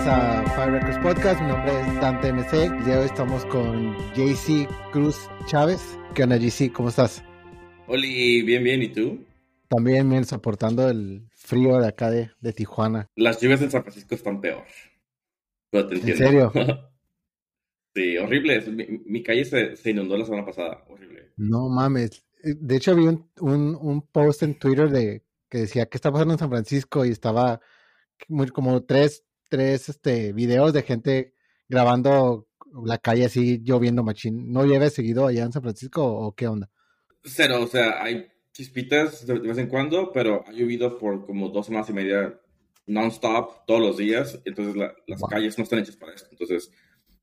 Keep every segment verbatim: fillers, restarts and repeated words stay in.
a Five Records Podcast. Mi nombre es Dante M C. El día de hoy estamos con J C Cruz Chávez. ¿Qué onda, J C? ¿Cómo estás? Oli, bien, bien. ¿Y tú? También, bien, soportando el frío de acá de, de Tijuana. Las lluvias en San Francisco están peor. Pero te ¿En entiendo. serio? Sí, horrible. Mi, mi calle se, se inundó la semana pasada. Horrible. No mames. De hecho, vi un, un, un post en Twitter de que decía qué está pasando en San Francisco y estaba muy, como tres, tres este, videos de gente grabando la calle así lloviendo machín. ¿No llueve seguido allá en San Francisco o qué onda? Cero, o sea, hay chispitas de, de vez en cuando, pero ha llovido por como dos semanas y media non-stop todos los días. Entonces la- las Wow. calles no están hechas para esto. Entonces,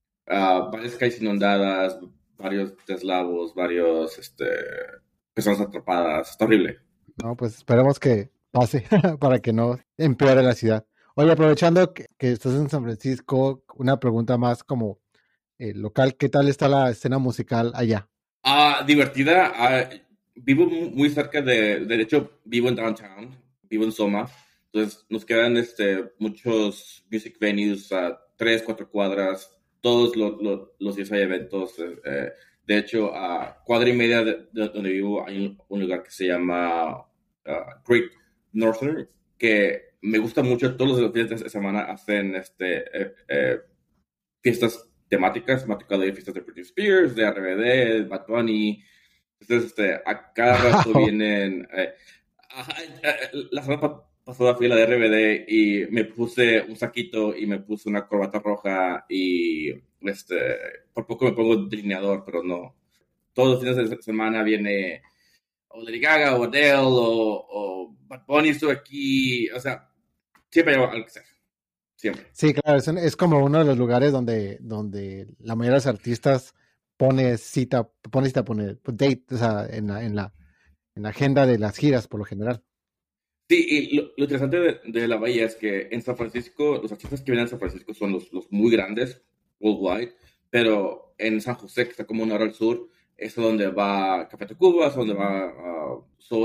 ah, varias calles inundadas, varios deslavos, varios, este, personas atrapadas. Está horrible. No, pues esperemos que pase para que no empeore la ciudad. Oye, aprovechando que, que estás en San Francisco, una pregunta más como eh, local, ¿qué tal está la escena musical allá? Ah, divertida. Ah, vivo mu- muy cerca de, de hecho, vivo en downtown, vivo en Soma. Entonces, nos quedan este, muchos music venues a tres, cuatro cuadras. Todos lo- lo- los días hay eventos. eh, eh, de hecho, a cuadra y media de, de donde vivo hay un, un lugar que se llama ah, Great Northern, que me gusta mucho. Todos los fines de semana hacen este, eh, eh, fiestas temáticas, me ha tocado ir a fiestas de Britney Spears, de R B D, de Bad Bunny. Entonces, este, a cada rato vienen. Eh, ajá, eh, la semana pa- pasada fui a la de R B D y me puse un saquito y me puse una corbata roja y este, por poco me pongo delineador, pero no. Todos los fines de semana viene o Lady Gaga o Adele o, o Bad Bunny estuvo aquí. O sea, siempre hay algo que hacer. Siempre. Sí, claro, es, un- es como uno de los lugares donde, donde la mayoría de los artistas pone cita, pone cita, pone date, o sea, en la, en la, en la agenda de las giras por lo general. Sí, y lo, lo interesante de, de la bahía es que en San Francisco, los artistas que vienen a San Francisco son los, los muy grandes, worldwide, pero en San José, que está como una hora al sur, es a donde va Café Tacuba, es a donde va uh,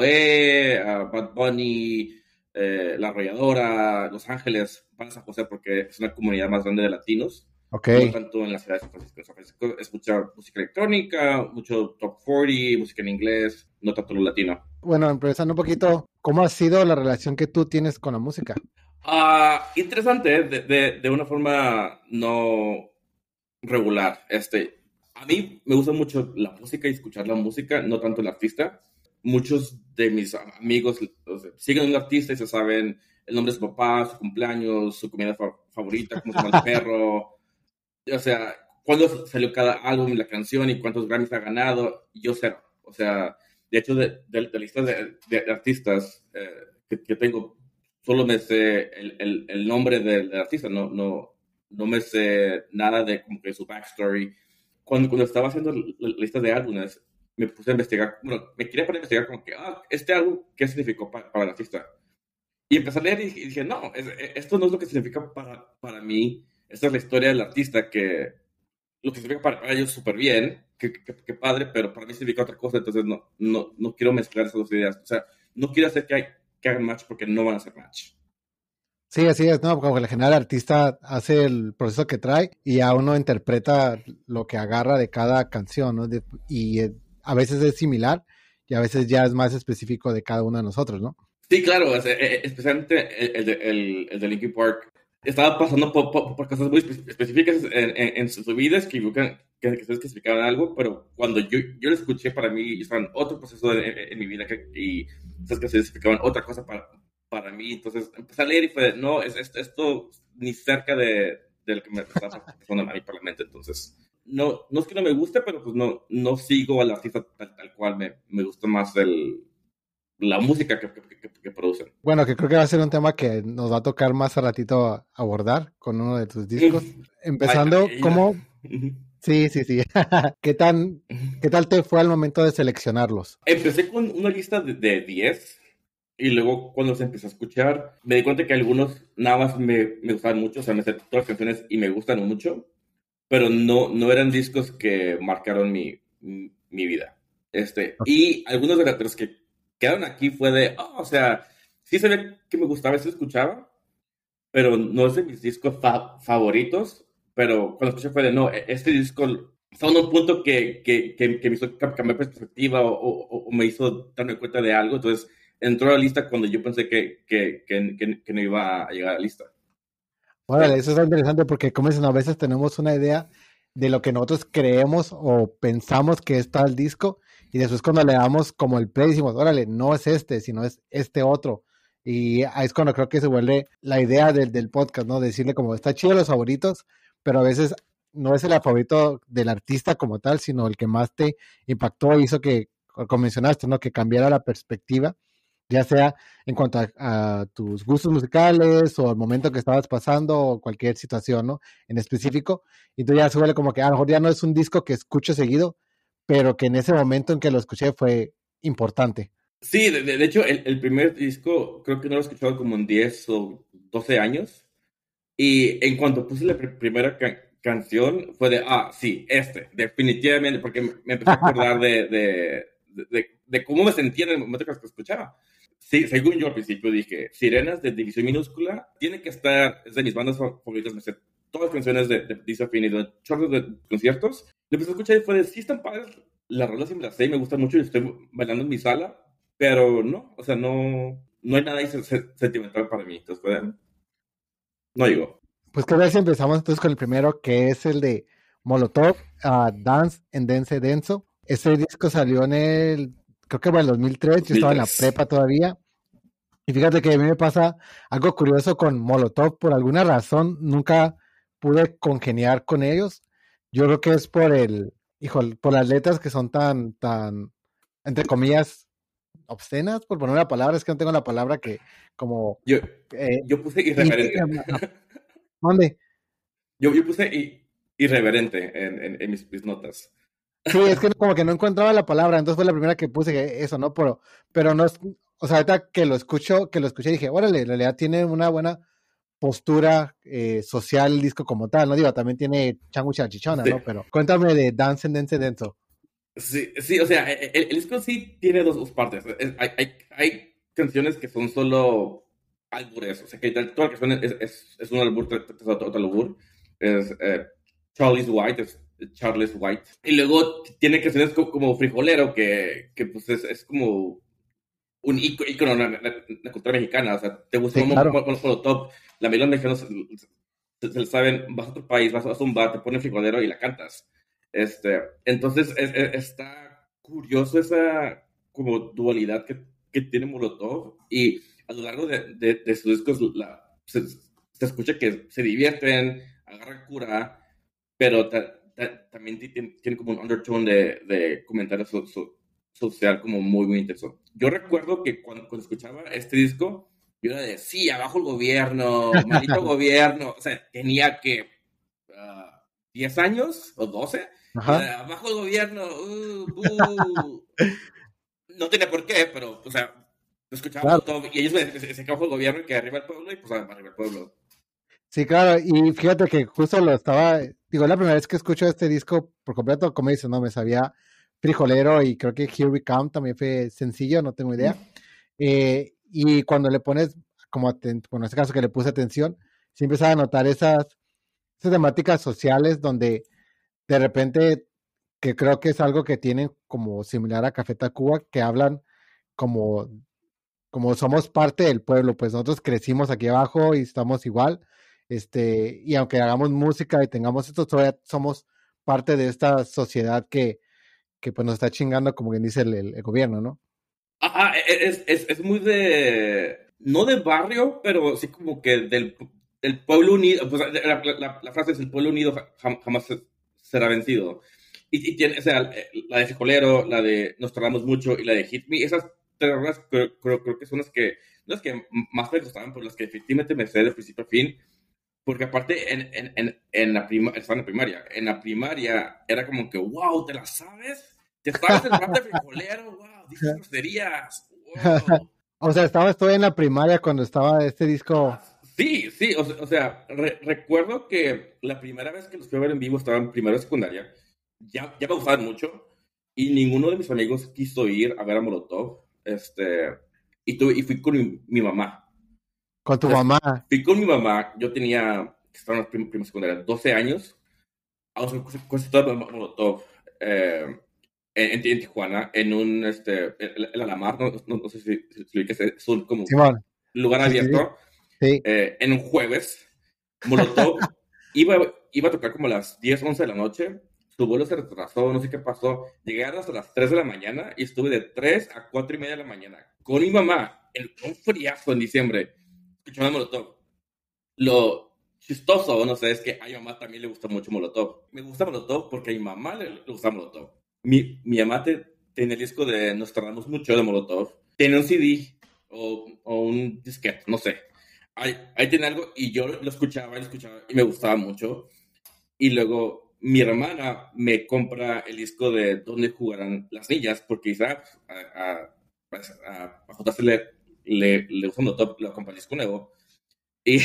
Zoé, uh, Bad Bunny, eh, La Arrolladora, Los Ángeles, van a San José porque es una comunidad más grande de latinos, Ok. no tanto en la ciudad de San Francisco. En San Francisco es mucha música electrónica, mucho top cuarenta, música en inglés, no tanto lo latino. Bueno, empezando un poquito, ¿cómo ha sido la relación que tú tienes con la música? Ah, interesante, de, de, de una forma no regular. Este, a mí me gusta mucho la música y escuchar la música, no tanto el artista. Muchos de mis amigos, o sea, siguen a un artista y se saben el nombre de su papá, su cumpleaños, su comida fa- favorita, cómo se llama el perro. O sea, cuándo salió cada álbum y la canción y cuántos Grammys ha ganado. Yo cero. O sea, de hecho, de, de, de la lista de, de artistas eh, que, que tengo, solo me sé el, el, el nombre del, del artista, no, no, no me sé nada de como que su backstory. Cuando, cuando estaba haciendo la, la lista de álbumes, me puse a investigar, bueno, me quería poner a investigar como que, ah, este álbum, ¿qué significó para, para el artista? Y empecé a leer y, y dije, no, es, esto no es lo que significa para, para mí. Esta es la historia del artista que lo que significa para, para ellos súper bien, que, que, que, padre, pero para mí significa otra cosa, entonces no, no, no quiero mezclar esas dos ideas. O sea, no quiero hacer que, hay, que hagan match porque no van a hacer match. Sí, así es, ¿no? Como que al general el artista hace el proceso que trae y a uno interpreta lo que agarra de cada canción, ¿no? De- y eh, a veces es similar y a veces ya es más específico de cada uno de nosotros, ¿no? Sí, claro, o sea, eh, especialmente el, el, de, el, el de Linkin Park. Estaba pasando por, por, por cosas muy espe- específicas en, en, en sus vidas que, que, que, que se explicaban algo, pero cuando yo, yo lo escuché, para mí estaba en otro proceso en, en, en mi vida que, y esas canciones explicaban otra cosa para, para mí. Entonces empecé a leer y fue, no, es, es esto ni cerca de, de lo que me estaba pasando a mí por la mente. Entonces, no, no es que no me guste, pero pues no, no sigo al artista tal, tal cual. Me, me gusta más el, la música que, que, que, que producen. Bueno, que creo que va a ser un tema que nos va a tocar más a ratito abordar con uno de tus discos. Ay, Empezando, ay, ¿cómo? Sí, sí, sí. ¿Qué tan, qué tal te fue al momento de seleccionarlos? Empecé con una lista de, de diez y luego cuando los empecé a escuchar me di cuenta que algunos nada más me, me gustaban mucho, o sea, me sé todas las canciones y me gustan mucho, pero no, no eran discos que marcaron mi, mi, mi vida. Este, y algunos de los que quedaron aquí fue de, oh, o sea, sí sabía que me gustaba, eso escuchaba, pero no es de mis discos fa- favoritos, pero cuando escuché fue de, no, e- este disco fue en un punto que, que, que, que me hizo cam- cambiar perspectiva o, o, o me hizo darme cuenta de algo, entonces entró a la lista cuando yo pensé que, que, que, que, que no iba a llegar a la lista. Órale, eso es interesante porque como dicen, a veces tenemos una idea de lo que nosotros creemos o pensamos que es tal disco y después cuando le damos como el play decimos, órale, no es este, sino es este otro. Y ahí es cuando creo que se vuelve la idea del, del podcast, ¿no? Decirle como está chido los favoritos, pero a veces no es el favorito del artista como tal, sino el que más te impactó, hizo que, como mencionaste, ¿no? Que cambiara la perspectiva ya sea en cuanto a, a, tus gustos musicales o el momento que estabas pasando o cualquier situación, ¿no? En específico. Y tú ya se vuelve como que a lo mejor ya no es un disco que escucho seguido, pero que en ese momento en que lo escuché fue importante. Sí, de, de- de hecho, el, el primer disco creo que no lo he escuchado como en diez o doce años. Y en cuanto puse la pr- primera ca- canción, fue de, ah, sí, este, definitivamente, porque me me empecé a acordar de, de, de, de- de cómo me sentía en el momento que lo escuchaba. Sí, según yo al principio dije, Sirenas de División Minúscula tiene que estar, es de mis bandas fa- favoritas, me sé todas las canciones de, de Lisa Finn y de chorros de conciertos. Lo empecé a escuchar y fue de, sí están padres, las rolas sí me las sé y me gustan mucho y estoy bailando en mi sala, pero no, o sea, no, no hay nada ahí se- se- sentimental para mí. Entonces fue de, no llegó. Pues que a ver si empezamos entonces con el primero, que es el de Molotov, uh, Dance and Dance Denso. Ese disco salió en el, creo que fue en el dos mil tres, yo estaba en la dos mil tres. prepa todavía. Y fíjate que a mí me pasa algo curioso con Molotov, por alguna razón nunca pude congeniar con ellos. Yo creo que es por el, hijo, por las letras que son tan, tan, entre comillas, obscenas, por poner una palabra, es que no tengo la palabra que, como, Yo, eh, yo puse y, irreverente. ¿dónde? Yo, yo puse i- irreverente en, en, en mis, mis notas. Sí, es que como que no encontraba la palabra, entonces fue la primera que puse que eso, ¿no? Pero, pero no es, o sea, ahorita que lo escucho, que lo escuché dije, órale, en realidad tiene una buena postura eh, social el disco como tal, ¿no? Digo, también tiene changu chichona, Sí, ¿no? Pero cuéntame de Dance and Dance Dentro. sí, sí, o sea, el, el disco sí tiene dos, dos partes. Es- hay, hay, hay canciones que son solo albures, o sea, que tal- toda la canción es, es, es un albur tras tras otro otro albur. Es eh, Charlie's White, es Charles White. Y luego tiene canciones co- como Frijolero, que, que pues es, es como un ico- icono en la, la- la cultura mexicana. O sea, te gusta Sí, claro. Molotov, la mayoría de los mexicanos se, se, se saben, vas a otro país, vas a un bar, te ponen frijolero y la cantas. Este, entonces es, es, está curioso esa como dualidad que, que tiene Molotov y a lo largo de, de, de sus discos la, se, se, escucha que se divierten, agarran cura, pero ta, ta, también tiene, tiene, como un undertone de, de comentarios so, so, social como muy, muy intenso. Yo recuerdo que cuando, cuando escuchaba este disco, yo era de, sí, abajo el gobierno, maldito gobierno, o sea, tenía que uh, diez años o doce, y Ajá. era, abajo el gobierno, uh, buh. No tenía por qué, pero, o sea, lo escuchábamos Claro. todo, y ellos me decían que abajo el gobierno y que arriba el pueblo, y pues arriba el pueblo. Sí, claro. Y fíjate que justo lo estaba, digo, es la primera vez que escucho este disco por completo, como dices, no, me sabía frijolero y creo que Here We Come también fue sencillo, no tengo idea. Eh, y cuando le pones, como, aten- bueno, en este caso que le puse atención, sí empezaba a notar esas, esas temáticas sociales donde de repente, que creo que es algo que tienen como similar a Café Tacuba, que hablan como, como somos parte del pueblo, pues nosotros crecimos aquí abajo y estamos igual, este, y aunque hagamos música y tengamos esto, todavía somos parte de esta sociedad que, que pues nos está chingando, como bien dice el, el- el gobierno, ¿no? Ajá, es, es, es muy de, no de barrio, pero sí como que del, del pueblo unido, pues la, la, la frase es el pueblo unido jam, jamás será vencido. Y, y tiene, o sea, la de Frijolero, la de Nos tardamos mucho y la de Hit Me, esas tres rolas creo, creo, creo que son las que, las que más me gustaban, por las que efectivamente me sé de principio a fin, porque aparte en, en, en, en la prima, estaba en la primaria, en la primaria era como que, wow, ¿te la sabes? ¿Te sabes el rap de Frijolero? Wow, dices groserías, wow. O sea, estaba, estoy en la primaria cuando estaba este Ah, disco. sí, sí, o, o sea, re- recuerdo que la primera vez que los fui a ver en vivo estaba en primero de secundaria, ya, ya me gustaban mucho, y ninguno de mis amigos quiso ir a ver a Molotov, este, y, tuve, y fui con mi, mi mamá. Con tu Entonces, mamá. fui con mi mamá, yo tenía, estaba en la prim- prima secundaria, doce años, a un concierto de Molotov eh, en, en Tijuana, en un, este, el, el Alamar, no, no, no sé si, si, si es, es un como Simón. lugar Sí, sí, sí. abierto, Sí. eh, en un jueves. Molotov iba, iba a tocar como a las diez, once de la noche. Su vuelo se retrasó, no sé qué pasó. Llegué hasta las tres de la mañana y estuve de tres a cuatro y media de la mañana con mi mamá en un friazo en diciembre, escuchando Molotov. Lo chistoso, no sé, es que a mi mamá también le gusta mucho Molotov. Me gusta Molotov porque a mi mamá le, le gusta Molotov. Mi, mi mamá te, tiene el disco de Nos tardamos mucho de Molotov. Tiene un C D o, o un disquete, no sé. Ahí, ahí tiene algo y yo lo escuchaba y lo escuchaba y me gustaba mucho. Y luego mi hermana me compra el disco de Dónde jugarán las niñas porque dice, ah, a, a, pues, a, a J C le, le, le gusta Molotov, lo compra el disco nuevo. Y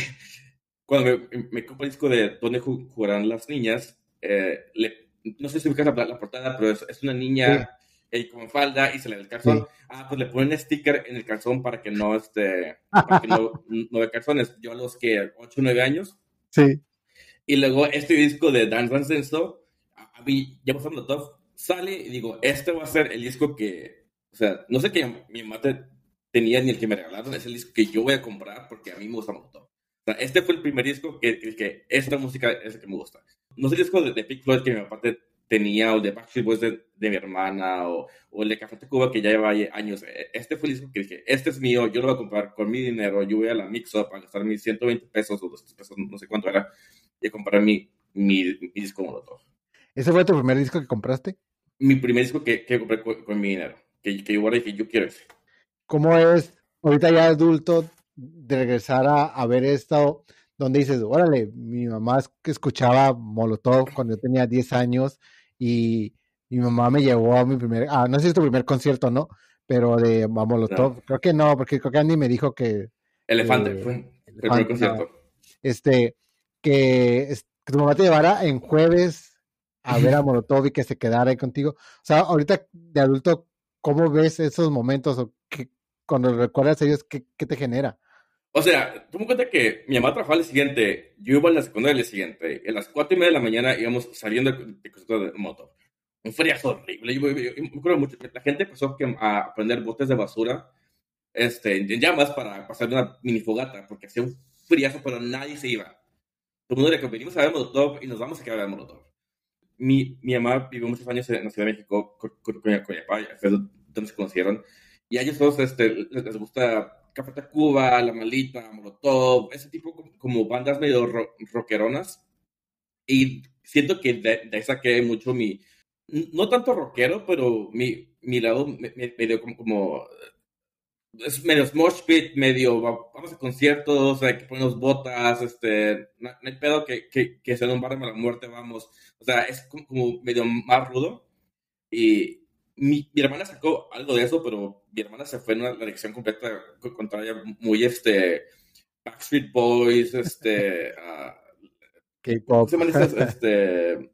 cuando me, me compro el disco de Dónde jugarán las niñas, eh, le, no sé si ubicas la, la portada, pero es, es una Sí. niña eh, con falda y se le ve el calzón. Sí. Ah, pues le ponen sticker en el calzón para que no, este, para que no, no vea calzones. Yo a los que ocho o nueve años. Sí. Y luego este disco de Dance Dance Dance, a, a mí, ya pasando todo, sale y digo, este va a ser el disco que, o sea, no sé qué mi mamá te, tenía ni el que me regalaron, es el disco que yo voy a comprar porque a mí me gusta mucho. O sea, este fue el primer disco que, que, que esta música es el que me gusta. No es el disco de, de Pink Floyd que mi papá te, tenía, o de Backstreet Boys de, de mi hermana, o, o el de Café Tacuba que ya lleva años. Este fue el disco que dije, este es mío, yo lo voy a comprar con mi dinero, yo voy a la Mix Up a gastar mis ciento veinte pesos o doscientos pesos, no sé cuánto era, y a comprar mi, mi, mi disco Molotov. ¿Ese fue tu primer disco que compraste? Mi primer disco que, que compré con, con mi dinero, que, que yo guardé y que yo quiero ese. ¿Cómo es ahorita ya adulto de regresar a, a ver esto donde dices, órale, mi mamá es- que escuchaba Molotov cuando yo tenía diez años y mi mamá me llevó a mi primer, ah, no sé si es tu primer concierto, ¿no? Pero de a No, Molotov, creo que no, porque creo que Andy me dijo que, Elefante, que fue, fue el primer Elefante, no, concierto. este, que, es- que tu mamá te llevara en jueves a ver a Molotov y que se quedara ahí contigo. O sea, ahorita de adulto, ¿cómo ves esos momentos o qué, cuando recuerdas a ellos, ¿qué, qué te genera? O sea, toma en cuenta que mi mamá trabajaba al siguiente, yo iba a la secundaria al siguiente, y a las cuatro y media de la mañana íbamos saliendo de, de, de moto. Un friazo horrible. Yo, yo, yo, yo, me acuerdo mucho, la gente empezó a prender botes de basura este, en llamas para pasar una mini fogata, porque hacía un friazo, pero nadie se iba. Todo el mundo era que venimos a ver Molotov y nos vamos a quedar a ver Molotov. Mi, mi mamá vivió muchos años en la Ciudad de México con, con, con, con mi papá, fue donde se conocieron. Y a ellos todos este, les, les gusta Café Tacuba, La Malita, Molotov, ese tipo como, como bandas medio ro, rockeronas. Y siento que de, de ahí saqué mucho mi, no tanto rockero, pero mi, mi lado me, me, medio como, como es medio smosh pit, medio vamos a conciertos, hay que ponernos botas, este, no, no hay pedo que, que, que sea en un bar de mala muerte, vamos. O sea, es como, como medio más rudo. Y mi, mi, hermana sacó algo de eso, pero mi hermana se fue en una dirección completa contraria, muy este, Backstreet Boys, este, uh, ¿cómo K-pop. se llaman estas? Este,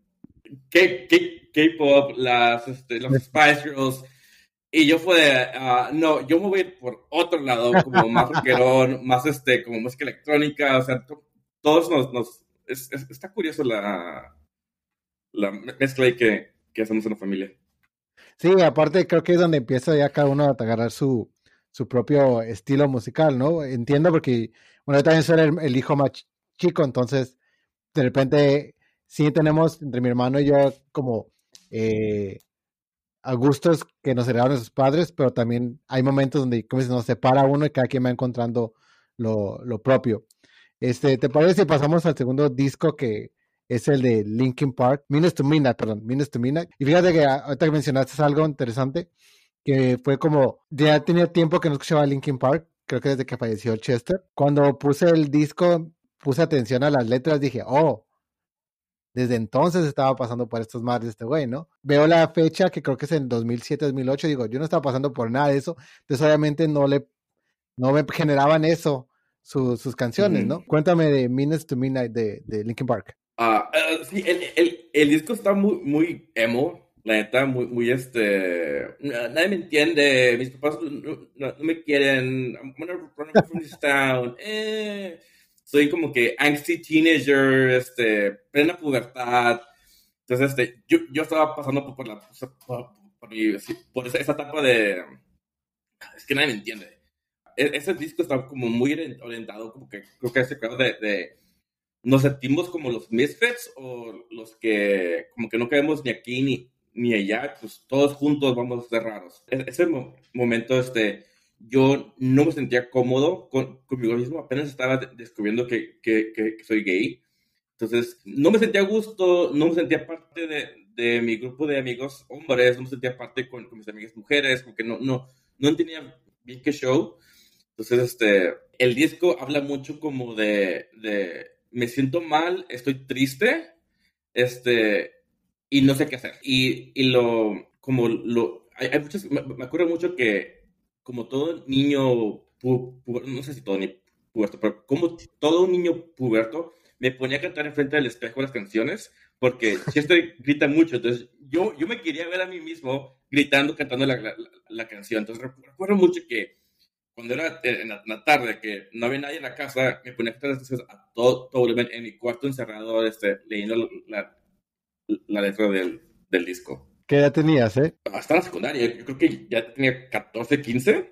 K-pop, las, este, los Spice Girls. Y yo fue de, uh, no, yo me voy a ir por otro lado, como más rockerón, más este, como música electrónica, o sea, to, todos nos, nos es, es, está curioso la, la mezcla ahí que, que hacemos en la familia. Sí, aparte creo que es donde empieza ya cada uno a agarrar su, su propio estilo musical, ¿no? Entiendo porque, bueno, yo también soy el, el hijo más chico, entonces de repente sí tenemos entre mi hermano y yo como eh, a gustos que nos heredaron nuestros padres, pero también hay momentos donde como dices, nos separa uno y cada quien va encontrando lo, lo propio. Este, ¿te parece si pasamos al segundo disco que es el de Linkin Park? Minutes to Midnight, perdón, Minutes to Midnight. Y fíjate que ahorita que mencionaste algo interesante, que fue como, ya tenía tiempo que no escuchaba Linkin Park, creo que desde que falleció Chester. Cuando puse el disco, puse atención a las letras, dije, oh, desde entonces estaba pasando por estos mares este güey, ¿no? Veo la fecha que creo que es en dos mil siete, dos mil ocho, digo, yo no estaba pasando por nada de eso, entonces obviamente no le, no me generaban eso su, sus canciones, Uh-huh. ¿no? Cuéntame de Minutes to Midnight de, de Linkin Park. Uh, uh, sí, el, el, el, disco está muy, muy emo, La neta, muy, muy este. na- Nadie me entiende. Mis papás no, no- no me quieren. I'm gonna run away from this town. Eh. Soy como que angsty teenager, este, plena pubertad. Entonces, este, yo, yo estaba pasando por, por la, por, por mi- sí, por esa, esa etapa de. Es que nadie me entiende. E- Ese disco está como muy orien- orientado, como que creo que ese caso de, de nos sentimos como los misfits o los que como que no caemos ni aquí ni, ni allá, pues todos juntos vamos a ser raros. E- ese mo- momento, este, yo no me sentía cómodo con, conmigo mismo, apenas estaba de- descubriendo que, que, que, que soy gay. Entonces, no me sentía a gusto, no me sentía parte de, de mi grupo de amigos hombres, no me sentía parte con, con mis amigas mujeres, como que no, no, no entendía bien qué show. Entonces, este, el disco habla mucho como de, de me siento mal, estoy triste, este, y no sé qué hacer. Y, y lo, como lo, hay, hay muchas, me, me acuerdo mucho que como todo niño, pu- pu- no sé si todo niño puberto, pero como todo niño puberto, me ponía a cantar enfrente del espejo las canciones, porque Chester grita mucho, entonces yo, yo me quería ver a mí mismo gritando, cantando la, la, la canción. Entonces recuerdo mucho que cuando era eh, en la, en la tarde, que no había nadie en la casa, me ponía a cantar las canciones a todo, todo volumen en mi cuarto encerrado, este, leyendo la, la letra del, del disco. ¿Qué edad tenías, eh? Hasta la secundaria, yo creo que ya tenía catorce, quince,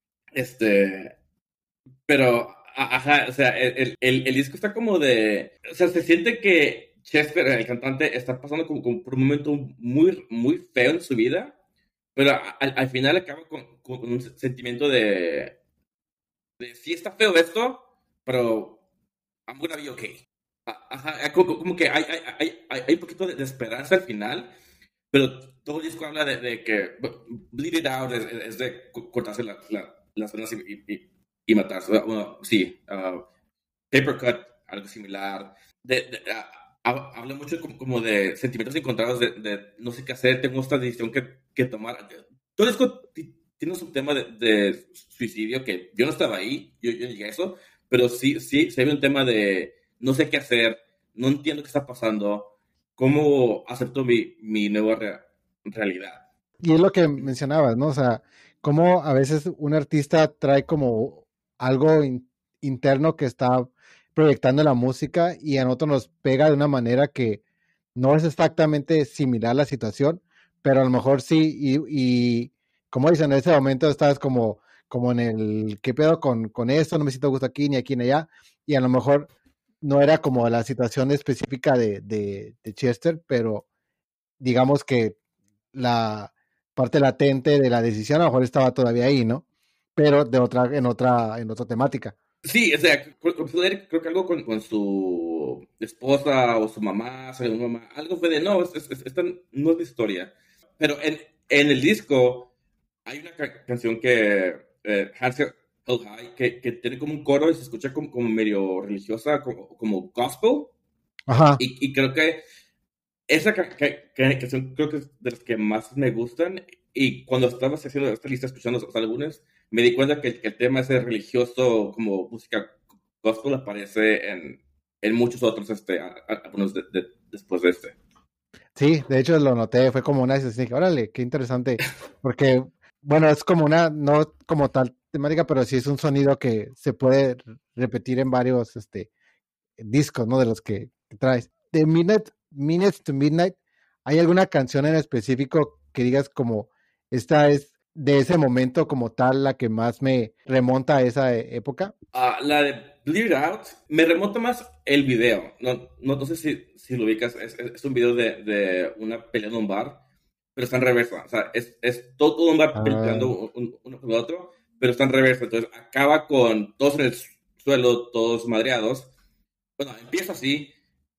este, pero, a- ajá, o sea, el, el, el disco está como de, o sea, se siente que Chester, el cantante, está pasando como, como por un momento muy, muy feo en su vida, pero a- al, al final acaba con, con un sentimiento de, de, sí está feo esto, pero I'm gonna be okay. A- Ajá, como, como que hay, hay, hay, hay hay un poquito de, de esperanza al final, pero todo el disco habla de, de que bleed it out es, es de co- cortarse la- la- las venas y, y, y- y matarse. Bueno, sí, uh, Paper Cut, algo similar. De, de- ah, ha- habla mucho como, como de sentimientos encontrados, de, de no sé qué hacer, tengo esta decisión que, que tomar. Todo el disco ti- tiene un tema de, de suicidio que yo no estaba ahí, yo, yo no llegué a eso, pero sí, sí, se ve un tema de no sé qué hacer, no entiendo qué está pasando, cómo acepto mi, mi nueva rea- realidad. Y es lo que mencionabas, ¿no? O sea, cómo a veces un artista trae como algo in- interno que está proyectando en la música y en otro nos pega de una manera que no es exactamente similar a la situación, pero a lo mejor sí, y, y como dicen, en ese momento estás como, como en el, ¿qué pedo con, con esto? No me siento a gusto aquí, ni aquí, ni allá, y a lo mejor no era como la situación específica de, de, de Chester, pero digamos que la parte latente de la decisión a lo mejor estaba todavía ahí, ¿no? Pero de otra, en otra, en otra temática. Sí, o sea, creo, creo que algo con, con su esposa o su mamá, su mamá, algo fue de, no, es- es- es- esta no es la historia. Pero en, en el disco hay una ca- canción que, eh, Hands Held High, que, que tiene como un coro y se escucha como, como medio religiosa, como, como gospel. Ajá. Y, y creo que esa ca- ca- ca- canción creo que es de las que más me gustan. Y cuando estabas haciendo esta lista, escuchando los álbumes, me di cuenta que, que el tema ese religioso, como música gospel, aparece en, en muchos otros este, a- a- álbumes de- de- después de este. Sí, de hecho lo noté, fue como una decisión, dije, órale, qué interesante, porque, bueno, es como una, no como tal temática, pero sí es un sonido que se puede repetir en varios, este, discos, ¿no? De los que, que traes. De Midnight, Minutes to Midnight, ¿hay alguna canción en específico que digas como, esta es de ese momento como tal la que más me remonta a esa e- época? Ah, la de Bleed Out me remonta más el video. No, no, no sé si, si lo ubicas. Es, es- es un video de, de una pelea en un bar, pero está en reversa. O sea, es, es todo un bar Ah, peleando un- un- uno con el otro, pero está en reversa. Entonces acaba con todos en el su- suelo, todos madreados. Bueno, empieza así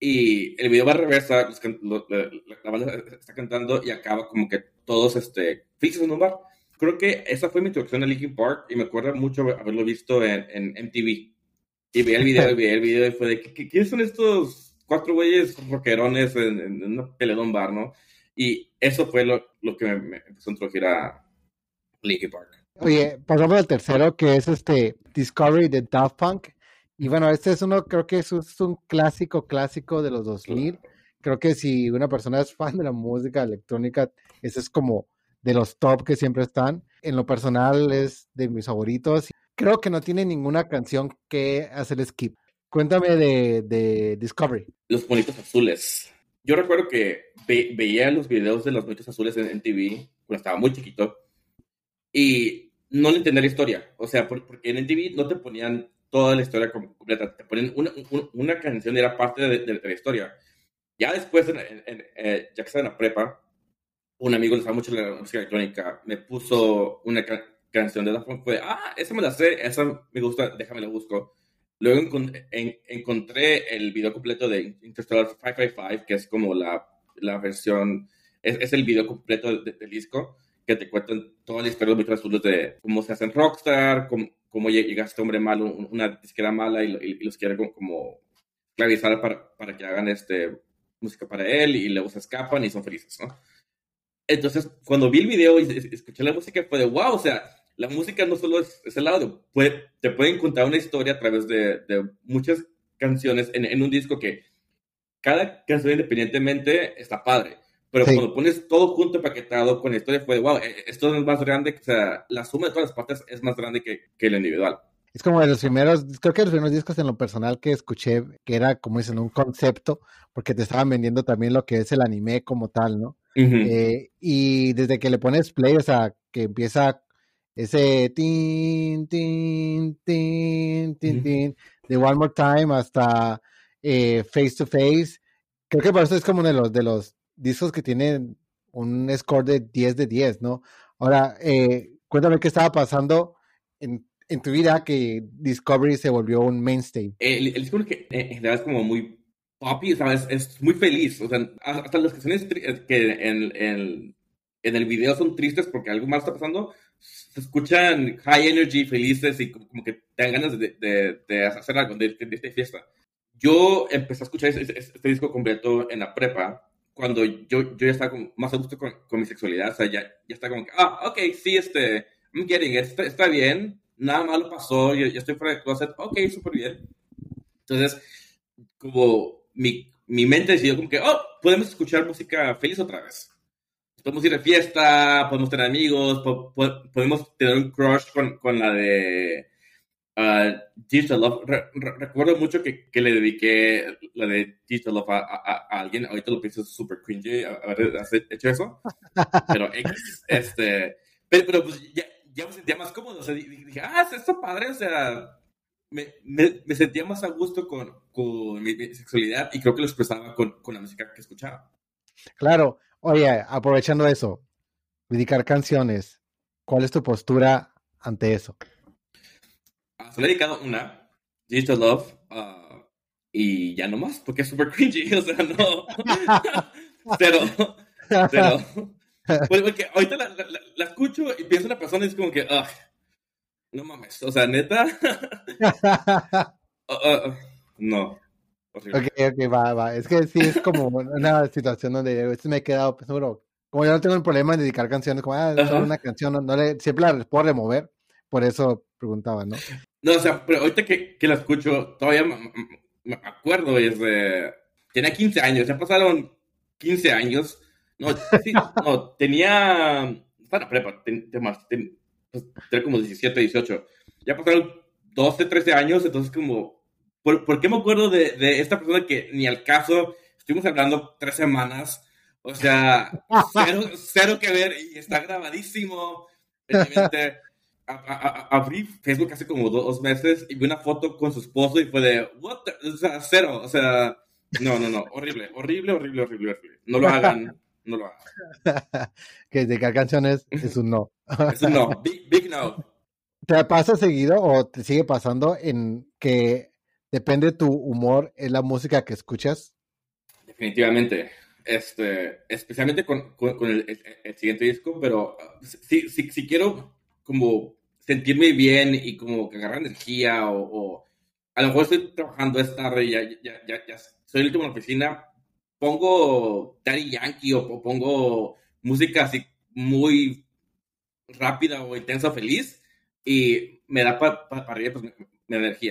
y el video va a reversa. Los can- lo- la, la banda está cantando y acaba como que todos este, fixos en un bar. Creo que esa fue mi introducción a Linkin Park y me acuerdo mucho haberlo visto en, en M T V. Y veía el video y veía el video y fue de, ¿qué, qué, quiénes son estos cuatro güeyes rockerones en, en una pelea de un bar, no? Y eso fue lo, lo que me, me empezó a introducir a Linkin Park. oye, pasamos al tercero, que es este Discovery de Daft Punk. Y bueno, este es uno, creo que es un, es un clásico, clásico de los dos mil, Claro. creo que si una persona es fan de la música electrónica, ese es como de los top que siempre están. En lo personal es de mis favoritos. Creo que no tiene ninguna canción que hacer skip. Cuéntame de, de Discovery. Los monitos azules. Yo recuerdo que ve, veía los videos de los monitos azules en, en T V cuando estaba muy chiquito y no le entendía la historia. O sea, por, porque en M T V no te ponían toda la historia completa, te ponían una, una, una canción y era parte de, de, de la historia. Ya después, en, en, en, eh, ya que estaba en la prepa, un amigo le gustaba mucho la música electrónica, me puso una ca canción de la fue, ah, esa me la sé, esa me gusta, déjame la busco. Luego encon en encontré el video completo de Interstellar quinientos cincuenta y cinco, que es como la, la versión, es, es el video completo de, del disco, que te cuentan toda la historia de los azules de cómo se hacen Rockstar, cómo, cómo llega este hombre malo, una disquera mala, y, y, y los quiere como, como esclavizar para, para que hagan este, música para él, y luego se escapan y son felices, ¿no? Entonces, cuando vi el video y escuché la música, fue de wow, o sea, la música no solo es, es el audio, puede, te pueden contar una historia a través de, de muchas canciones en, en un disco que cada canción independientemente está padre, pero Sí. cuando pones todo junto empaquetado con la historia, fue de wow, esto es más grande, o sea, la suma de todas las partes es más grande que, que lo individual. Es como de los primeros, creo que los primeros discos en lo personal que escuché, que era como dicen, un concepto, porque te estaban vendiendo también lo que es el anime como tal, ¿no? Uh -huh. Eh, y desde que le pones play, o sea, que empieza ese tin, tin, tin, tin, Uh -huh. tin, de One More Time hasta eh, Face to Face, creo que por eso es como uno de los, de los discos que tienen un score de diez de diez, ¿no? Ahora, eh, cuéntame qué estaba pasando en en tu vida que Discovery se volvió un mainstay. El, el disco que en general es como muy poppy, ¿sabes? Es muy feliz. O sea, hasta las canciones que en, en, en el video son tristes porque algo mal está pasando, se escuchan high energy, felices y como, como que te dan ganas de, de, de hacer algo, de, de, de fiesta. Yo empecé a escuchar este, este disco completo en la prepa cuando yo, yo ya estaba como más a gusto con, con mi sexualidad. O sea, ya, ya estaba como que, ah, ok, sí, este, I'm getting it, está, está bien. Nada malo pasó, yo, yo estoy fuera del closet, ok, súper bien. Entonces, como mi, mi mente decidió como que, oh, podemos escuchar música feliz otra vez. Podemos ir de fiesta, podemos tener amigos, po po podemos tener un crush con, con la de uh, Digital Love. Re re recuerdo mucho que, que le dediqué la de Digital Love a, a, a alguien, ahorita lo pienso súper cringy haber hecho eso, pero X, este, pero, pero pues ya, ya me sentía más cómodo, o sea, dije, ah, está padre, o sea, me, me, me sentía más a gusto con, con mi, mi, sexualidad y creo que lo expresaba con, con la música que escuchaba. Claro, oye, aprovechando eso, dedicar canciones, ¿cuál es tu postura ante eso? Uh, se le he dedicado una, Digital Love, uh, y ya no más, porque es súper cringy, o sea, no, pero, pero, pues, porque ahorita la, la, la, escucho y pienso en la persona y es como que, uh, no mames, o sea, neta. uh, uh, no. Ok, ok, va, va. Es que sí, es como una situación donde a veces me he quedado, pues, seguro, como yo no tengo el problema en dedicar canciones, como, ah, solo una canción, no, no le, siempre la puedo remover, por eso preguntaba, ¿no? No, o sea, pero ahorita que, que la escucho, todavía me, me acuerdo, es de, tenía quince años, ya pasaron quince años, no, sí, no, tenía, para prepa, ten, ten, ten, pues, tenía como diecisiete, dieciocho, ya pasaron doce, trece años, entonces como, ¿por, ¿por qué me acuerdo de, de esta persona que ni al caso, estuvimos hablando tres semanas, o sea, cero, cero que ver, y está grabadísimo, realmente. A, a, a, abrí Facebook hace como dos meses y vi una foto con su esposo y fue de, what the? O sea, cero, o sea, no, no, no, horrible, horrible, horrible, horrible, horrible. No lo hagan, no lo hagan. Que dedicar canciones es un no. Es un no, big, big no. ¿Te pasa seguido o te sigue pasando en que depende de tu humor en la música que escuchas? Definitivamente, este, especialmente con, con, con el, el, el siguiente disco, pero si, si, si quiero como sentirme bien y como que agarrar energía o, o a lo mejor estoy trabajando esta tarde y ya, ya, ya, ya soy el último en la oficina, pongo Daddy Yankee o, o pongo música así muy rápida o intensa o feliz y me da para pa, pa arriba pues, mi, mi energía.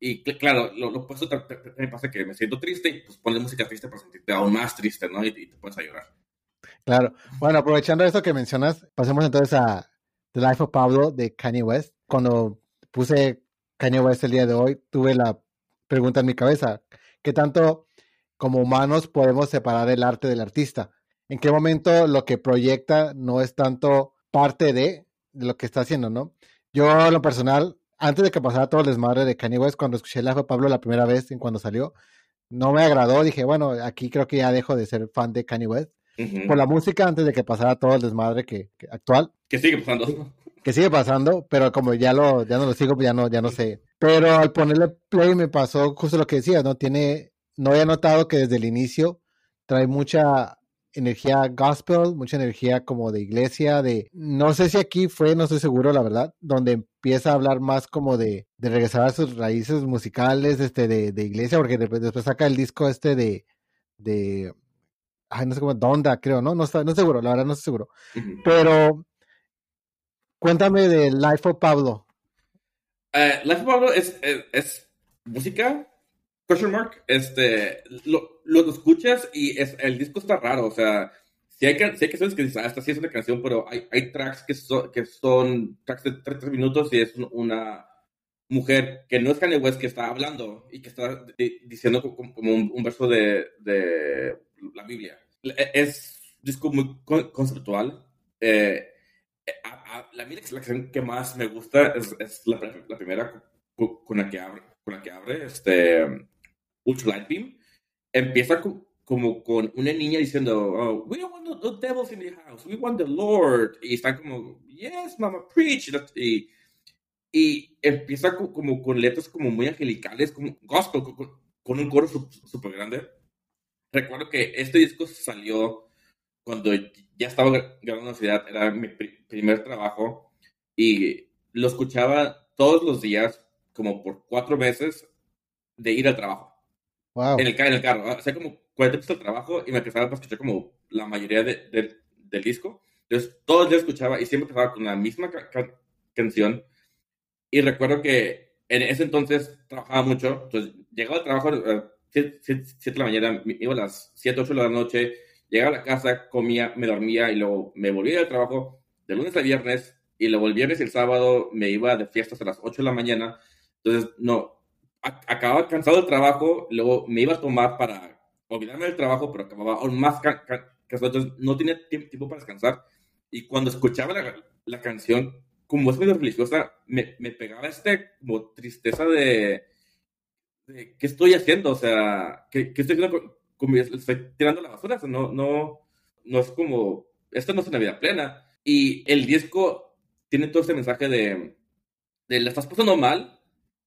y cl- claro, lo, lo opuesto ta- ta- también pasa que me siento triste y pues pones música triste para sentirte aún más triste, ¿no? Y, y te puedes a llorar. Claro. Bueno, aprovechando esto que mencionas, pasemos entonces a The Life of Pablo de Kanye West. Cuando puse Kanye West el día de hoy, tuve la pregunta en mi cabeza, ¿qué tanto como humanos podemos separar el arte del artista? ¿En qué momento lo que proyecta no es tanto parte de, de lo que está haciendo, ¿no? Yo, en lo personal, antes de que pasara todo el desmadre de Kanye West, cuando escuché Life of Pablo la primera vez, en cuando salió, no me agradó. Dije, bueno, aquí creo que ya dejo de ser fan de Kanye West por Ujú. la música antes de que pasara todo el desmadre que, que actual, ¿Qué sigue pasando? que sigue pasando, pero como ya lo, ya no lo sigo, pues ya no, ya no sé. Pero al ponerle play me pasó justo lo que decías, ¿no? Tiene, no había notado que desde el inicio trae mucha energía gospel, mucha energía como de iglesia, de, no sé si aquí fue, no estoy seguro, la verdad, donde empieza a hablar más como de, de regresar a sus raíces musicales, este, de, de iglesia, porque después, después saca el disco este de, de, ay, no sé cómo, Donda, creo, ¿no? No, está, no estoy seguro, la verdad no estoy seguro. Ujú. Pero cuéntame de Life of Pablo. Eh, Life of Pablo es, es, es música, question mark, este, lo, lo escuchas y es, el disco está raro, o sea, si hay, can- sí hay canciones que dices, ah, esta sí es una canción, pero hay, hay tracks que, so- que son tracks de treinta minutos y es un- una mujer que no es Kanye West que está hablando y que está di- diciendo co- como, como un, un verso de, de la Biblia. E- Es un disco muy con- conceptual. Eh, a, a, la, la canción que más me gusta es, es la, la, primera con, con, la que abre, con la que abre este Ultralight Beam. Empieza con, como con una niña diciendo, oh, we don't want no, no devils in the house, we want the Lord. Y está como, yes, mama, preach. Y, y empieza co- como con letras como muy angelicales, como gospel, con, con un coro súper grande. Recuerdo que este disco salió cuando ya estaba grabando en la universidad, era mi pri- primer trabajo, y lo escuchaba todos los días, como por cuatro meses, de ir al trabajo, en Wow. el, ca- en el carro. O sea, como cuarenta minutos al trabajo y me empezaba a escuchar como la mayoría de- de- del disco. Entonces, todos los días escuchaba y siempre empezaba con la misma ca- ca- canción. Y recuerdo que en ese entonces trabajaba mucho, entonces llegaba al trabajo a siete de la mañana, me iba a las siete ocho de la noche, llegaba a la casa, comía, me dormía y luego me volvía al trabajo de lunes a viernes y luego el viernes y el sábado me iba de fiestas a las ocho de la mañana. Entonces, no, a- acababa cansado del trabajo, luego me iba a tomar para olvidarme del trabajo, pero acababa aún más ca- ca- cansado, entonces no tenía tiemp- tiempo para descansar. Y cuando escuchaba la, la canción, como es medio religiosa, me, me pegaba este como tristeza de, de ¿qué estoy haciendo? O sea, ¿qué, qué estoy haciendo con, con mi- estoy tirando la basura? O sea, no, no, no es como, esto no es una vida plena. Y el disco tiene todo este mensaje de, de la estás pasando mal,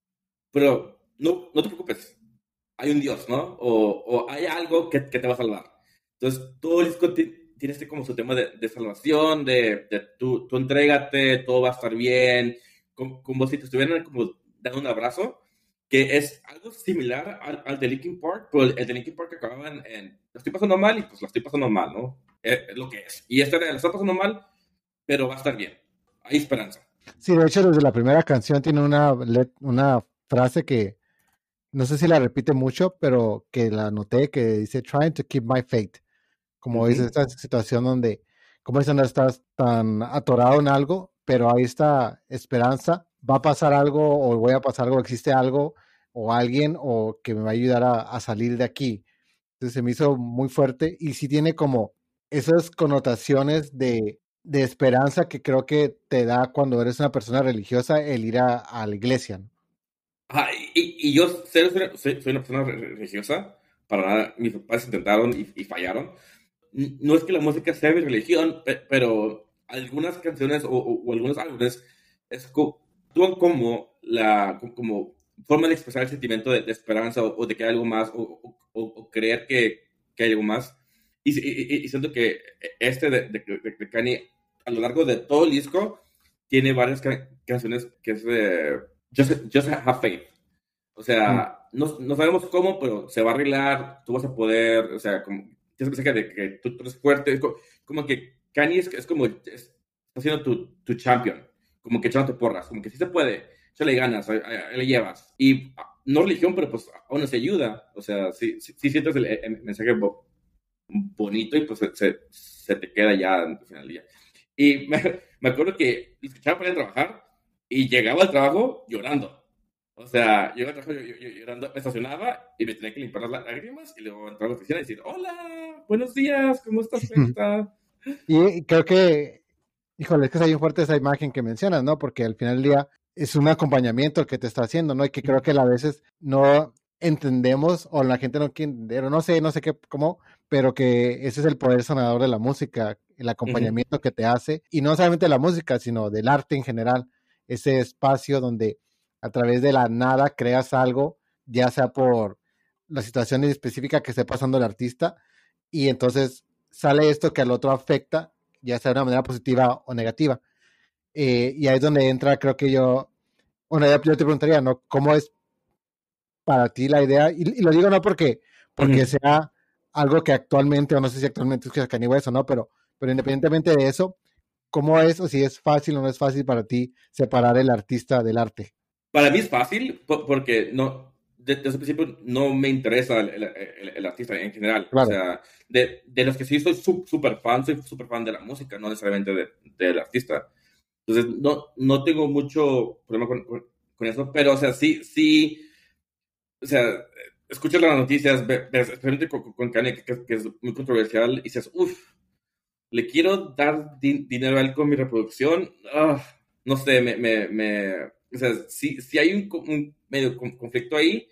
pero no, no te preocupes, hay un Dios, ¿no? O, o hay algo que, que, te va a salvar. Entonces, todo el disco t- tiene este como su tema de, de salvación, de, de tú, tú entrégate, todo va a estar bien, como, como si te estuvieran como dando un abrazo, que es algo similar al, al de Linkin Park, pero el, el de Linkin Park acababa en, en, lo estoy pasando mal y pues lo estoy pasando mal, ¿no? Es, es lo que es. Y este era, lo está pasando mal, pero va a estar bien. Hay esperanza. Sí, de hecho, desde la primera canción tiene una, let- una frase que no sé si la repite mucho, pero que la noté que dice, trying to keep my faith. Uh Como dice -huh. esta situación donde, como dicen, no estás tan atorado en algo, pero hay esta esperanza, va a pasar algo o voy a pasar algo, existe algo o alguien o que me va a ayudar a, a salir de aquí. Entonces se me hizo muy fuerte y sí tiene como esas connotaciones de, de esperanza que creo que te da cuando eres una persona religiosa el ir a, a la iglesia, ¿no? Ajá, y, y yo cero, cero, soy, soy una persona re- religiosa, para nada, mis papás intentaron y, y fallaron. N- No es que la música sea mi religión, pe- pero algunas canciones o, o- o algunos álbumes es co- actúan como, la, co- como forma de expresar el sentimiento de, de esperanza o, o de que hay algo más o, o- o- o creer que, que hay algo más. Y, si- y- y- y siento que este de, de, de- de Kanye, a lo largo de todo el disco, tiene varias ca- canciones que es de Just, just have faith. O Mm. sea, no, no sabemos cómo, pero se va a arreglar, tú vas a poder, o sea, como, tienes que pensar de que tú, tú eres fuerte, es como, como que Kanye es, es como, es- está siendo tu, tu champion, como que echándote porras, como que sí se puede, échale ganas, ahí, ahí- ahí le llevas. Y no religión, pero pues aún así ayuda. O sea, sí, sí, sí sientes el, el mensaje bo- bonito y pues se, se, se te queda ya al final del día. Y me, me acuerdo que escuchaba para ir a trabajar y llegaba al trabajo llorando. O sea, yo iba al trabajo yo- yo- yo llorando, me estacionaba y me tenía que limpiar las lágrimas y luego entrar a la oficina y decir, hola, buenos días, ¿cómo estás, Fenta? Y creo que, híjole, es que es ahí fuerte esa imagen que mencionas, ¿no? Porque al final del día es un acompañamiento el que te está haciendo, ¿no? Y que creo que a veces no entendemos o la gente no quiere entender, o no sé, no sé qué, cómo, pero que ese es el poder sanador de la música, el Ujú. acompañamiento que te hace, y no solamente la música, sino del arte en general, ese espacio donde a través de la nada creas algo, ya sea por la situación específica que esté pasando el artista, y entonces sale esto que al otro afecta, ya sea de una manera positiva o negativa. Eh, y ahí es donde entra, creo que yo, bueno, yo te preguntaría, ¿no? ¿Cómo es para ti la idea? Y, y lo digo no porque, porque Ujú. sea algo que actualmente, o no sé si actualmente es Kanye West o no, pero, pero independientemente de eso, ¿cómo es o si es fácil o no es fácil para ti separar el artista del arte? Para mí es fácil po- porque no, de- desde el principio no me interesa el, el- el- el artista en general. O Claro. sea, de, de los que sí soy súper fan, soy súper fan de la música, no necesariamente de- del artista. Entonces, no, no tengo mucho problema con, con- con eso, pero, o sea, sí, sí, o sea, escuchas las noticias, ve- ves, especialmente con, con Kanye, que, que- que es muy controversial, y dices, uff, le quiero dar di- dinero a él con mi reproducción. Ah, no sé, me, me, me, o sea, sí, sí hay un, co- un medio con- conflicto ahí,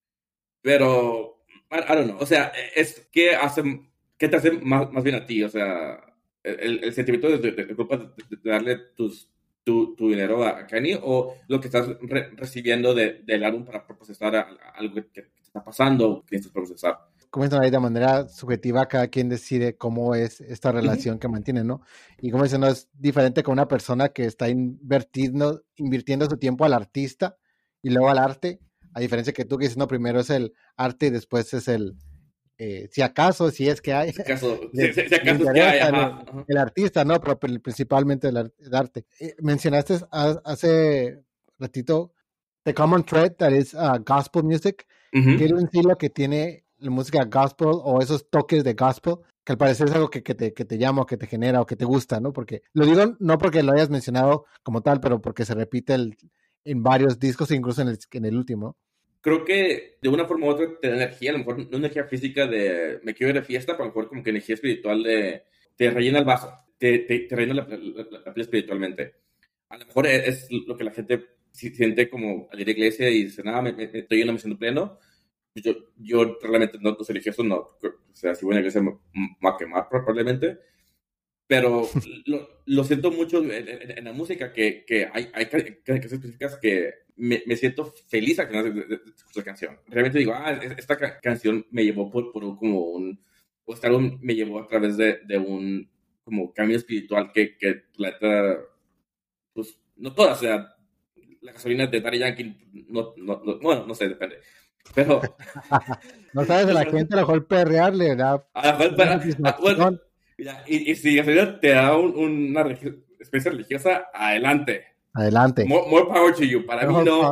pero, I, I don't know, o sea, es que hace, ¿qué te hace más, más bien a ti? O sea, el, el sentimiento de, de, de culpa de, de darle tus, tu, tu dinero a Kanye o lo que estás re- recibiendo de, del álbum para procesar a- a algo que, que te está pasando o que necesitas procesar. Como dicen ahí, de manera subjetiva, cada quien decide cómo es esta Ujú. relación que mantiene, ¿no? Y como dicen, no es diferente con una persona que está invirtiendo, invirtiendo su tiempo al artista y luego al arte, a diferencia que tú que dices, no, primero es el arte y después es el, eh, si acaso, si es que hay, Si acaso, le, si, si- si le acaso es que hay, interesa ajá, el, ajá. el artista, ¿no? Pero pri- principalmente el, ar- el arte. Eh, mencionaste ha- hace ratito The Common Thread, that is uh, gospel music, que es Ujú. en sí lo que tiene la música gospel o esos toques de gospel, que al parecer es algo que, que te, que te llama o que te genera o que te gusta, ¿no? Porque lo digo no porque lo hayas mencionado como tal, pero porque se repite el, en varios discos, incluso en el, en el último. Creo que de una forma u otra te da energía, a lo mejor no energía física de me quiero ir de fiesta, pero a lo mejor como que energía espiritual de te rellena el vaso, te, te, te rellena la, la, la- la piel espiritualmente. A lo mejor es, es lo que la gente si- siente como al ir a la iglesia y dice, nada, me, me, me estoy yendo, me siento pleno. Yo, yo realmente no, no soy religioso, no, o sea, si voy a la iglesia me, me va a quemar probablemente, pero lo, lo siento mucho en, en- en la música, que, que hay, hay ca- canciones específicas que me, me siento feliz al final de, de- de escuchar la canción. Realmente digo, ah, es- esta ca- canción me llevó por, por un, como un, o este álbum me llevó a través de, de un como cambio espiritual que, que la neta, pues, no todas, o sea, la gasolina de Daddy Yankee, no, no, no- bueno, no sé, depende. Pero, No sabes, a o la sea, gente a lo mejor perrearle da a la cual una para- ah, bueno, satisfacción. mira, y, y si gasolina te da un- una religi- experiencia religiosa, adelante. Adelante. More, more power to you. Para mí no.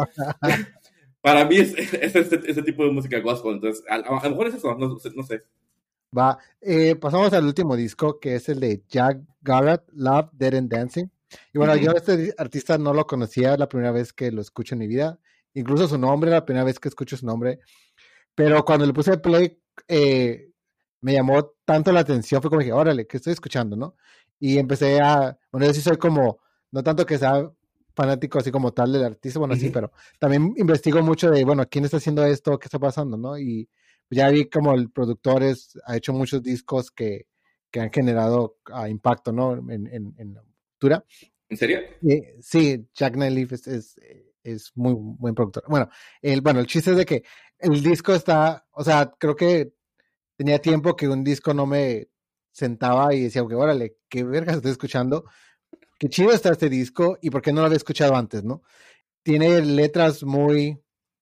Para mí es, es ese, ese tipo de música gospel. Entonces, a, a lo mejor es eso, no, sé- no sé. Va, eh, pasamos al último disco, que es el de Jack Garrett, Love, Dead and Dancing. Y bueno, yo Ujú. este artista no lo conocía, la primera vez que lo escucho en mi vida. Incluso su nombre, la primera vez que escucho su nombre. Pero cuando le puse play, eh, me llamó tanto la atención, fue como dije, órale, ¿qué estoy escuchando, no? Y empecé a, bueno, yo sí soy como, no tanto que sea fanático así como tal del artista, bueno, sí, Ujú. pero también investigo mucho de, bueno, ¿quién está haciendo esto? ¿Qué está pasando, no? Y ya vi como el productor es, ha hecho muchos discos que, que han generado ah, impacto, ¿no? En, en, en la cultura. ¿En serio? Eh, sí, Jack Nightleaf es, es, es muy buen productor. Bueno el, bueno, el chiste es de que el disco está, o sea, creo que tenía tiempo que un disco no me sentaba y decía, ok, órale, qué vergas estoy escuchando, qué chido está este disco y por qué no lo había escuchado antes, ¿no? Tiene letras muy,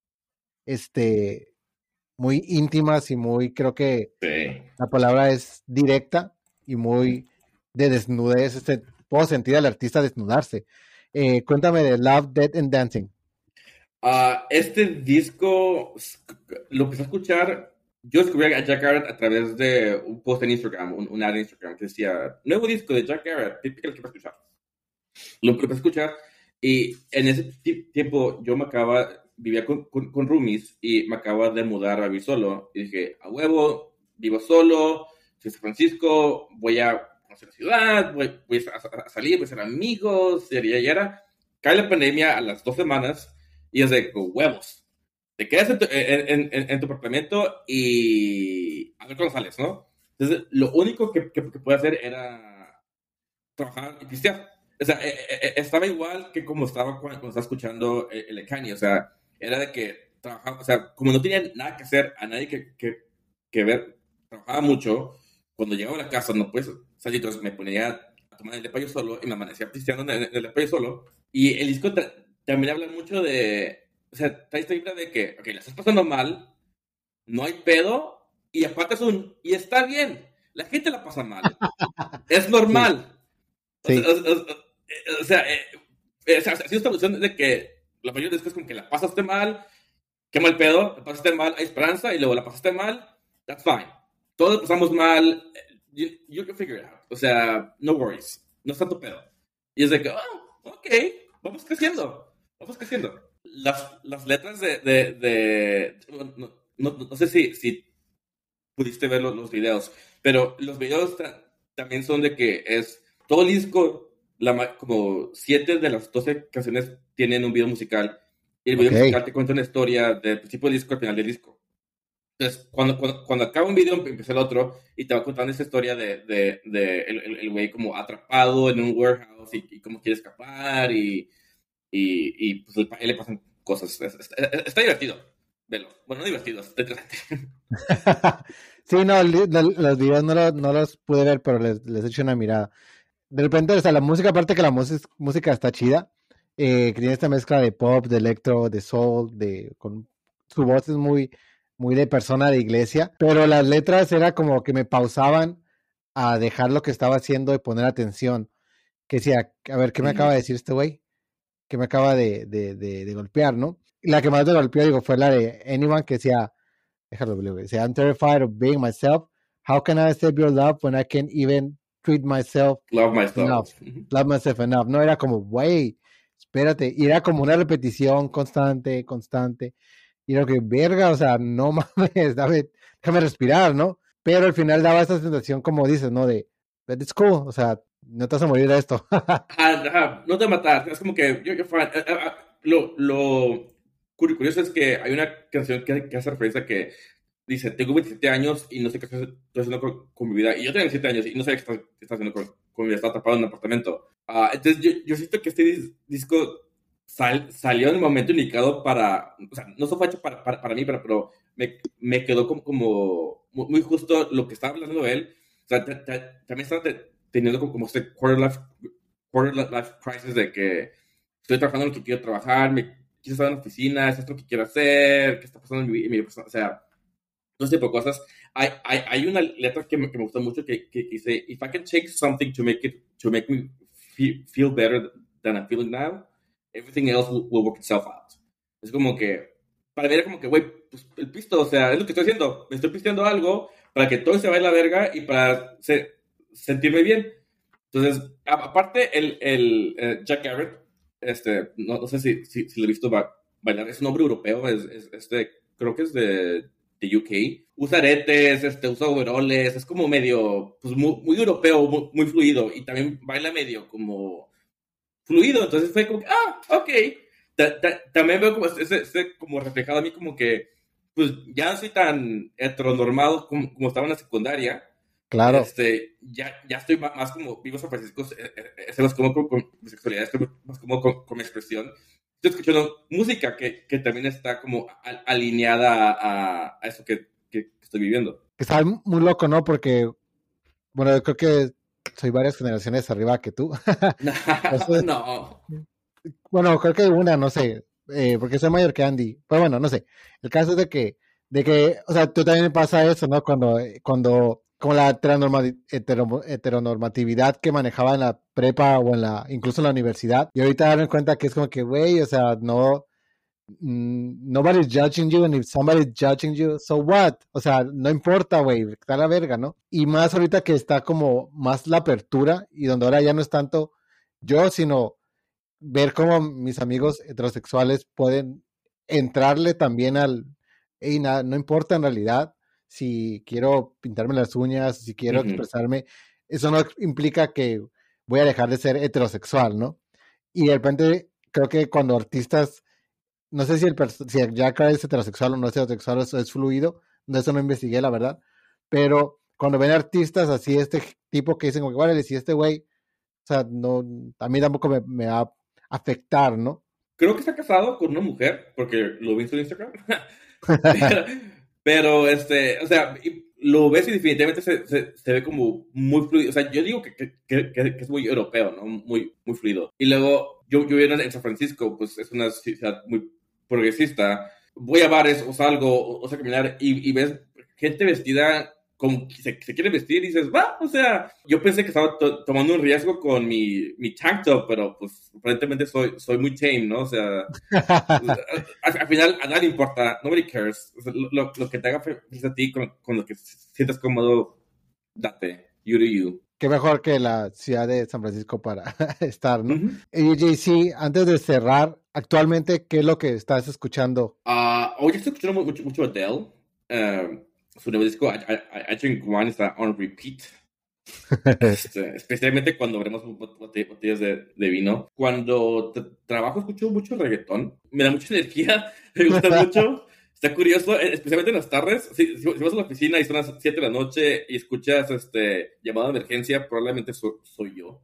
este, muy íntimas y muy, creo que Sí. la palabra es directa y muy de desnudez, este, puedo sentir al artista desnudarse. Eh, cuéntame de Love, Dead and Dancing. Ah, este disco, lo empecé a escuchar, yo descubrí a Jack Garrett a través de un post en Instagram, un, un ad en Instagram que decía, nuevo disco de Jack Garrett, típico que vas a escuchar. Lo empecé a escuchar y en ese ti- tiempo yo me acaba, vivía con, con, con roomies y me acaba de mudar a vivir solo. Y dije, a huevo, vivo solo, soy de San Francisco, voy a conocer la ciudad, voy, voy a, a- a salir, voy a ser amigos, y ya, ya era. Cae la pandemia a las dos semanas y es de huevos. Te quedas en tu, en, en, en- en tu apartamento y a ver cuándo sales, ¿no? Entonces, lo único que, que, que pude hacer era trabajar y pistear. O sea, eh, eh, eh, estaba igual que como estaba cuando, cuando estaba escuchando el, el Kanye. O sea, era de que trabajaba, o sea, como no tenía nada que hacer, a nadie que, que, que ver, trabajaba mucho. Cuando llegaba a la casa no puedes salir, entonces me ponía a tomar el depa yo solo y me amanecía pisteando en el, en el depa yo solo. Y el disco ta- también habla mucho de, o sea, trae esta vibra de que, ok, la estás pasando mal, no hay pedo, y aparte es un, y está bien, la gente la pasa mal, es Sí, normal. O sea, sí, o, o- o sea, eh, eh, o sea, ha sido esta cuestión de que la mayoría de las cosas como que la pasaste mal, qué mal pedo, la pasaste mal, hay esperanza, y luego la pasaste mal, that's fine. Todos la pasamos mal, eh, you, you can figure it out. O sea, no worries, no está tu pedo. Y es de que, oh, ok, vamos creciendo, vamos creciendo. Las, las letras de, de, de no, no, no, no sé si, si pudiste ver los, los videos, pero los videos ta- también son de que es todo el disco, la, ma- como siete de las doce canciones tienen un video musical, y el video ok. musical te cuenta una historia del principio del disco al final del disco. Entonces, cuando, cuando, cuando acaba un video, empieza el otro, y te va contando esa historia de, de, de el, el, el güey como atrapado en un warehouse y, y cómo quiere escapar, y, y, y pues a él le pasan cosas. Es- es- es- Está divertido, velo. Bueno, no divertido, está interesante. Sí, no, li- no, los videos no los, no los pude ver, pero les, les eché una mirada. De repente, o sea, la música, aparte que la música, música está chida, eh, que tiene esta mezcla de pop, de electro, de soul, de, con, su voz es muy, muy de persona de iglesia, pero las letras era como que me pausaban a dejar lo que estaba haciendo y poner atención, que decía, a ver, ¿qué me acaba Ujú. de decir este güey? ¿Qué me acaba de, de, de, de golpear, ¿no? Y la que más me golpeó, digo, fue la de Anyone, que decía, déjalo, güey, decía, I'm terrified of being myself. How can I accept your love when I can't even treat myself Love enough? myself. Ujú. Love myself enough. No, era como, güey, espérate. Y era como una repetición constante, constante. Y era que, verga, o sea, no mames, dame, déjame respirar, ¿no? Pero al final daba esa sensación, como dices, ¿no? De, but it's cool, o sea, no te vas a morir de esto. Ajá, ajá, no te va a matar. Es como que yo, yo fan. Eh, eh, ah, lo, lo curi- curioso es que hay una canción que, que hace referencia que dice: Tengo veintisiete años y no sé qué estoy estoy haciendo con, con mi vida. Y yo tengo veintisiete años y no sé qué está, qué está haciendo con, con mi vida. Está atrapado en un apartamento. Ah, entonces yo, yo siento que este dis- disco sal- salió en el momento indicado para. O sea, no solo fue hecho para, para, para mí, pero, pero me, me quedó como, como muy, muy justo lo que estaba hablando él. O sea, ta- ta- también estaba te- teniendo como, como este quarter life quarter life crisis de que estoy trabajando en lo que quiero trabajar, me quiero estar en la oficina, es esto lo que quiero hacer, qué está pasando en mi, en mi persona, o sea, todo ese tipo de cosas. Hay, hay, hay una letra que me, que me gusta mucho que, que, que dice, if I can take something to make it, to make me feel, feel better than I'm feeling now, everything else will, will work itself out. Es como que, para mí era como que, güey, pues el pisto, o sea, es lo que estoy haciendo, me estoy pisteando algo para que todo se vaya a la verga y para se, sentirme bien. Entonces, a- aparte, el, el eh, Jack Garrett, este, no, no sé si, si, si lo he visto ba- bailar, es un hombre europeo, es, es, este, creo que es de, de U K. Usa aretes, este, usa overoles, es como medio, pues muy, muy europeo, muy, muy fluido, y también baila medio como fluido, entonces fue como, que, ah, ok. Ta- ta- también veo como, ese, ese como reflejado a mí como que, pues ya no soy tan heteronormado como, como estaba en la secundaria, Claro. este, ya, ya estoy más, más como vivo San Francisco, eh, eh, es más como con, con mi sexualidad, estoy más como con, con mi expresión. Estoy escuchando música que, que también está como a- alineada a, a eso que, que estoy viviendo. Está muy loco, ¿no? Porque, bueno, yo creo que soy varias generaciones arriba que tú. Entonces, No. bueno, creo que una, no sé, eh, porque soy mayor que Andy. Pero bueno, no sé. El caso es de que, de que, o sea, tú también pasa eso, ¿no? Cuando, eh, cuando, como la heteronorma- hetero- heteronormatividad que manejaba en la prepa o en la, incluso en la universidad. Y ahorita darme cuenta que es como que, güey, o sea, no, mm, nobody's judging you, and if somebody's judging you, so what? O sea, no importa, güey, está la verga, ¿no? Y más ahorita que está como más la apertura y donde ahora ya no es tanto yo, sino ver cómo mis amigos heterosexuales pueden entrarle también al, hey, nada, no importa en realidad si quiero pintarme las uñas, si quiero Ujú. expresarme, eso no implica que voy a dejar de ser heterosexual, ¿no? Y de repente creo que cuando artistas, no sé si el perso- si Jack es heterosexual o no es heterosexual, eso es fluido, no, eso no investigué, la verdad, pero cuando ven artistas así, este tipo que dicen, igual, si este güey, o sea, no, a mí tampoco me, me va a afectar, ¿no? Creo que está casado con una mujer, porque lo vi en su Instagram. pero, pero, este, o sea, y lo ves y definitivamente se, se, se ve como muy fluido. O sea, yo digo que, que, que, que es muy europeo, ¿no? Muy, muy fluido. Y luego, yo, yo vivo en San Francisco, pues es una ciudad muy progresista. Voy a bares o salgo o, o sea, caminar y, y ves gente vestida como se, se quiere vestir y dices, va, o sea, yo pensé que estaba to tomando un riesgo con mi, mi tank top, pero pues aparentemente soy, soy muy tame, ¿no? O sea, al, al final a nadie importa, nobody cares. O sea, lo, lo que te haga feliz a ti, con, con lo que sientas cómodo, date, you do you. Qué mejor que la ciudad de San Francisco para estar, ¿no? Uh-huh. Y J C, antes de cerrar, actualmente, ¿qué es lo que estás escuchando? Uh, hoy estoy escuchando mucho, mucho Adele. Uh, su nuevo disco, I, I, I Drink Wine, está on repeat. Este, especialmente cuando abrimos botellas de, de vino. Cuando trabajo escucho mucho reggaetón. Me da mucha energía, me gusta mucho. Está curioso, especialmente en las tardes. Si, si, si vas a la oficina y son las siete de la noche y escuchas este, llamada de emergencia, probablemente so, soy yo.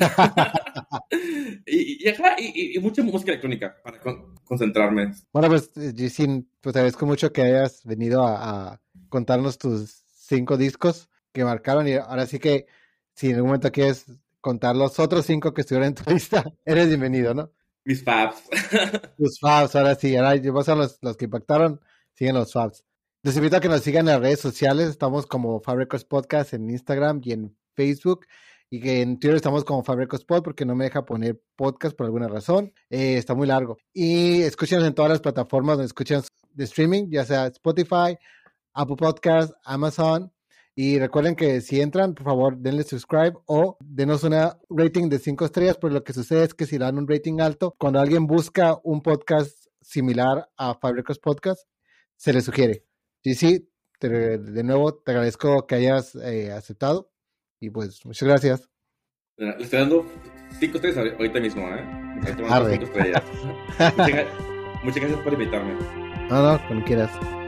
y, y, y, y, mucha música electrónica para con, concentrarme. Bueno, pues, Gisin, pues te agradezco mucho que hayas venido a, a contarnos tus cinco discos que marcaron. Y ahora sí que, si en algún momento quieres contar los otros cinco que estuvieron en tu lista, eres bienvenido, ¿no? Mis fabs. Tus fabs, ahora sí. Ahora vamos a los, los que impactaron, siguen los fabs. Les invito a que nos sigan en las redes sociales. Estamos como Fab Records Podcast en Instagram y en Facebook. Y que en Twitter estamos como Fab Records Pod porque no me deja poner podcast por alguna razón. Eh, está muy largo. Y escúchenos en todas las plataformas donde escuchan de streaming, ya sea Spotify, Apple Podcast, Amazon. Y recuerden que si entran, por favor, denle subscribe o denos una rating de cinco estrellas, porque lo que sucede es que si le dan un rating alto, cuando alguien busca un podcast similar a Fab Records Podcast, se le sugiere. Y sí, te, de nuevo, te agradezco que hayas eh, aceptado. Y pues, muchas gracias. Le estoy dando cinco estrellas ahorita mismo, ¿eh? Ahorita cinco estrellas. muchas, muchas gracias por invitarme. No, no, cuando quieras.